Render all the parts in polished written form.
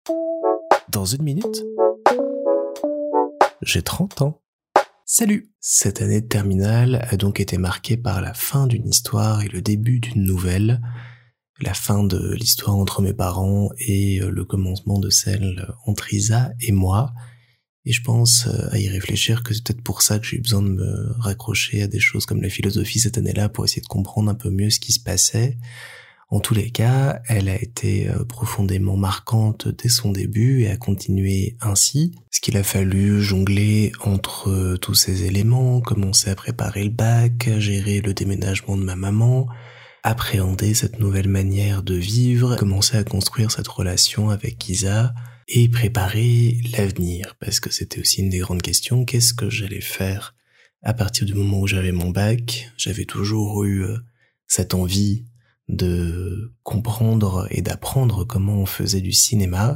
Dans une minute, j'ai 30 ans. Salut! Cette année de terminale a donc été marquée par la fin d'une histoire et le début d'une nouvelle. La fin de l'histoire entre mes parents et le commencement de celle entre Isa et moi. Et je pense à y réfléchir que c'est peut-être pour ça que j'ai eu besoin de me raccrocher à des choses comme la philosophie cette année-là pour essayer de comprendre un peu mieux ce qui se passait. En tous les cas, elle a été profondément marquante dès son début et a continué ainsi. Ce qu'il a fallu jongler entre tous ces éléments, commencer à préparer le bac, gérer le déménagement de ma maman, appréhender cette nouvelle manière de vivre, commencer à construire cette relation avec Isa et préparer l'avenir. Parce que c'était aussi une des grandes questions, qu'est-ce que j'allais faire à partir du moment où j'avais mon bac? J'avais toujours eu cette envie de comprendre et d'apprendre comment on faisait du cinéma,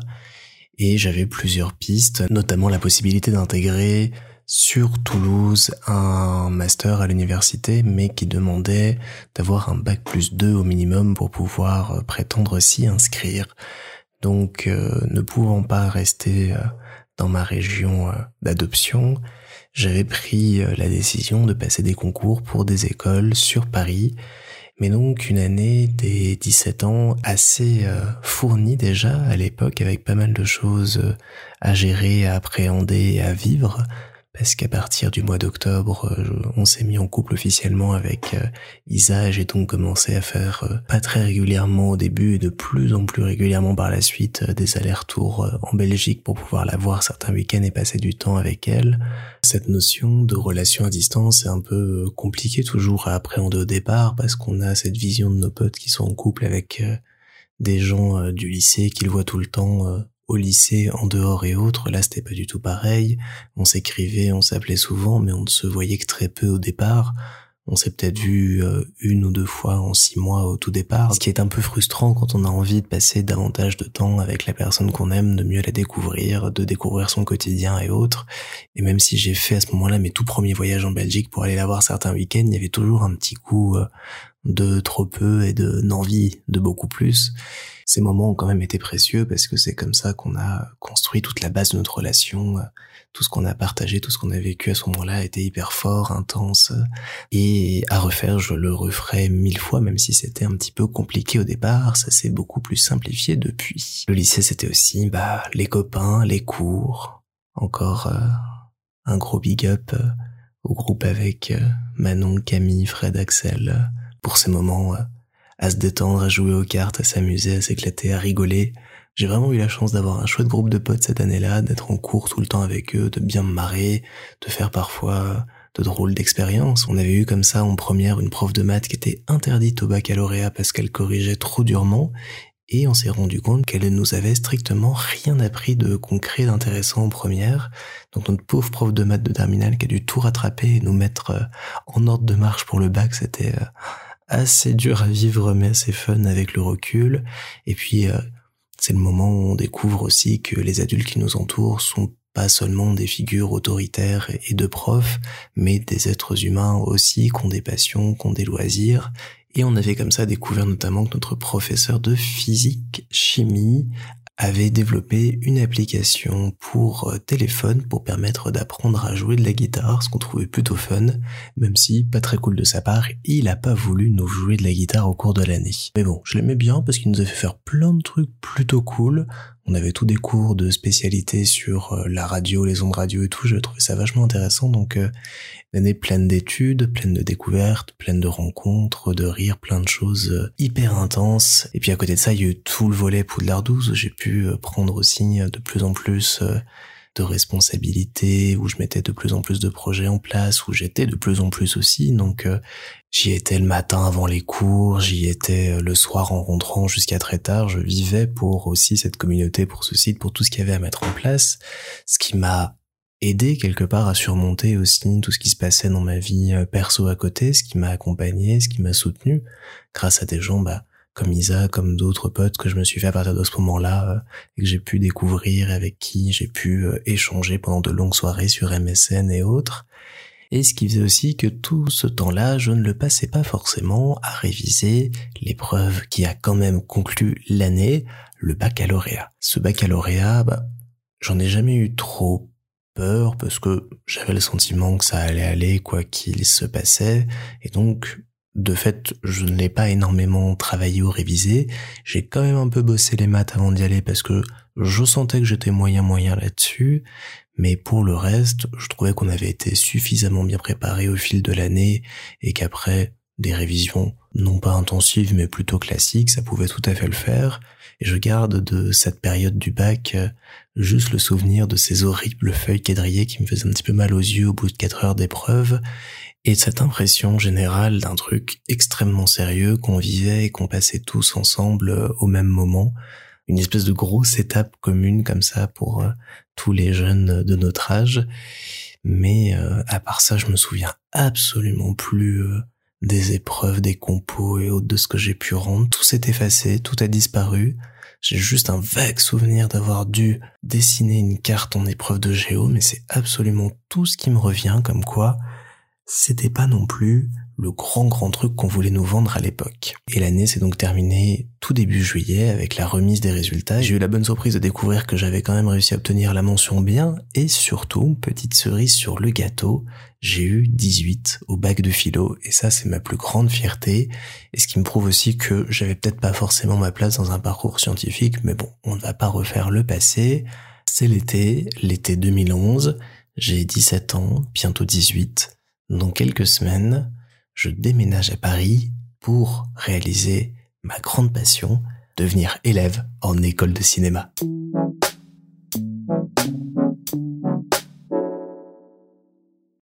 et j'avais plusieurs pistes, notamment la possibilité d'intégrer sur Toulouse un master à l'université, mais qui demandait d'avoir un bac+2 au minimum pour pouvoir prétendre s'y inscrire. Donc ne pouvant pas rester dans ma région d'adoption, j'avais pris la décision de passer des concours pour des écoles sur Paris. Mais donc une année des 17 ans assez fournie déjà à l'époque, avec pas mal de choses à gérer, à appréhender et à vivre, parce qu'à partir du mois d'octobre, on s'est mis en couple officiellement avec Isa, et j'ai donc commencé à faire, pas très régulièrement au début, et de plus en plus régulièrement par la suite, des allers-retours en Belgique pour pouvoir la voir certains week-ends et passer du temps avec elle. Cette notion de relation à distance est un peu compliquée toujours à appréhender au départ, parce qu'on a cette vision de nos potes qui sont en couple avec des gens du lycée qu'ils voient tout le temps au lycée, en dehors et autres. Là, c'était pas du tout pareil. On s'écrivait, on s'appelait souvent, mais on ne se voyait que très peu au départ. On s'est peut-être vu 1 ou 2 fois en 6 mois au tout départ, ce qui est un peu frustrant quand on a envie de passer davantage de temps avec la personne qu'on aime, de mieux la découvrir, de découvrir son quotidien et autres. Et même si j'ai fait à ce moment-là mes tout premiers voyages en Belgique pour aller la voir certains week-ends, il y avait toujours un petit coup de trop peu et de d'envie de beaucoup plus. Ces moments ont quand même été précieux parce que c'est comme ça qu'on a construit toute la base de notre relation. Tout ce qu'on a partagé, tout ce qu'on a vécu à ce moment-là a été hyper fort, intense, et à refaire, je le referai 1000 fois, même si c'était un petit peu compliqué au départ. Ça s'est beaucoup plus simplifié depuis. Le lycée, c'était aussi les copains, les cours, encore un gros big up au groupe avec Manon, Camille, Fred, Axel, pour ces moments à se détendre, à jouer aux cartes, à s'amuser, à s'éclater, à rigoler. J'ai vraiment eu la chance d'avoir un chouette groupe de potes cette année-là, d'être en cours tout le temps avec eux, de bien me marrer, de faire parfois de drôles d'expériences. On avait eu comme ça en première une prof de maths qui était interdite au baccalauréat parce qu'elle corrigeait trop durement, et on s'est rendu compte qu'elle ne nous avait strictement rien appris de concret, d'intéressant en première. Donc notre pauvre prof de maths de terminale qui a dû tout rattraper et nous mettre en ordre de marche pour le bac, c'était assez dur à vivre mais assez fun avec le recul. Et puis c'est le moment où on découvre aussi que les adultes qui nous entourent sont pas seulement des figures autoritaires et de profs, mais des êtres humains aussi, qui ont des passions, qui ont des loisirs. Et on avait comme ça découvert notamment que notre professeur de physique, chimie, avait développé une application pour téléphone pour permettre d'apprendre à jouer de la guitare, ce qu'on trouvait plutôt fun, même si pas très cool de sa part, il a pas voulu nous jouer de la guitare au cours de l'année. Mais bon, je l'aimais bien parce qu'il nous a fait faire plein de trucs plutôt cool. On avait tous des cours de spécialité sur la radio, les ondes radio et tout, je trouvais ça vachement intéressant, donc une année pleine d'études, pleine de découvertes, pleine de rencontres, de rires, plein de choses hyper intenses. Et puis à côté de ça, il y a eu tout le volet Poudlard 12 où j'ai pu prendre aussi de plus en plus de responsabilités, où je mettais de plus en plus de projets en place, où j'étais de plus en plus aussi. Donc j'y étais le matin avant les cours, j'y étais le soir en rentrant jusqu'à très tard. Je vivais pour aussi cette communauté, pour ce site, pour tout ce qu'il y avait à mettre en place. Ce qui m'a aidé quelque part à surmonter aussi tout ce qui se passait dans ma vie perso à côté, ce qui m'a accompagné, ce qui m'a soutenu, grâce à des gens comme Isa, comme d'autres potes que je me suis fait à partir de ce moment-là, et que j'ai pu découvrir, avec qui j'ai pu échanger pendant de longues soirées sur MSN et autres. Et ce qui faisait aussi que tout ce temps-là, je ne le passais pas forcément à réviser l'épreuve qui a quand même conclu l'année, le baccalauréat. Ce baccalauréat, j'en ai jamais eu trop peur parce que j'avais le sentiment que ça allait aller quoi qu'il se passait, et donc de fait je ne l'ai pas énormément travaillé ou révisé. J'ai quand même un peu bossé les maths avant d'y aller parce que je sentais que j'étais moyen là-dessus, mais pour le reste je trouvais qu'on avait été suffisamment bien préparé au fil de l'année et qu'après des révisions non pas intensives mais plutôt classiques, ça pouvait tout à fait le faire. Et je garde de cette période du bac juste le souvenir de ces horribles feuilles quadrillées qui me faisaient un petit peu mal aux yeux au bout de 4 heures d'épreuve, et de cette impression générale d'un truc extrêmement sérieux qu'on vivait et qu'on passait tous ensemble au même moment. Une espèce de grosse étape commune comme ça pour tous les jeunes de notre âge. Mais à part ça, je me souviens absolument plus des épreuves, des compos et autres de ce que j'ai pu rendre. Tout s'est effacé, tout a disparu. J'ai juste un vague souvenir d'avoir dû dessiner une carte en épreuve de géo, mais c'est absolument tout ce qui me revient, comme quoi c'était pas non plus le grand truc qu'on voulait nous vendre à l'époque. Et l'année s'est donc terminée tout début juillet avec la remise des résultats. J'ai eu la bonne surprise de découvrir que j'avais quand même réussi à obtenir la mention bien, et surtout, petite cerise sur le gâteau, j'ai eu 18 au bac de philo, et ça c'est ma plus grande fierté, et ce qui me prouve aussi que j'avais peut-être pas forcément ma place dans un parcours scientifique, mais bon, on ne va pas refaire le passé. C'est l'été 2011, j'ai 17 ans, bientôt 18, dans quelques semaines, je déménage à Paris pour réaliser ma grande passion, devenir élève en école de cinéma.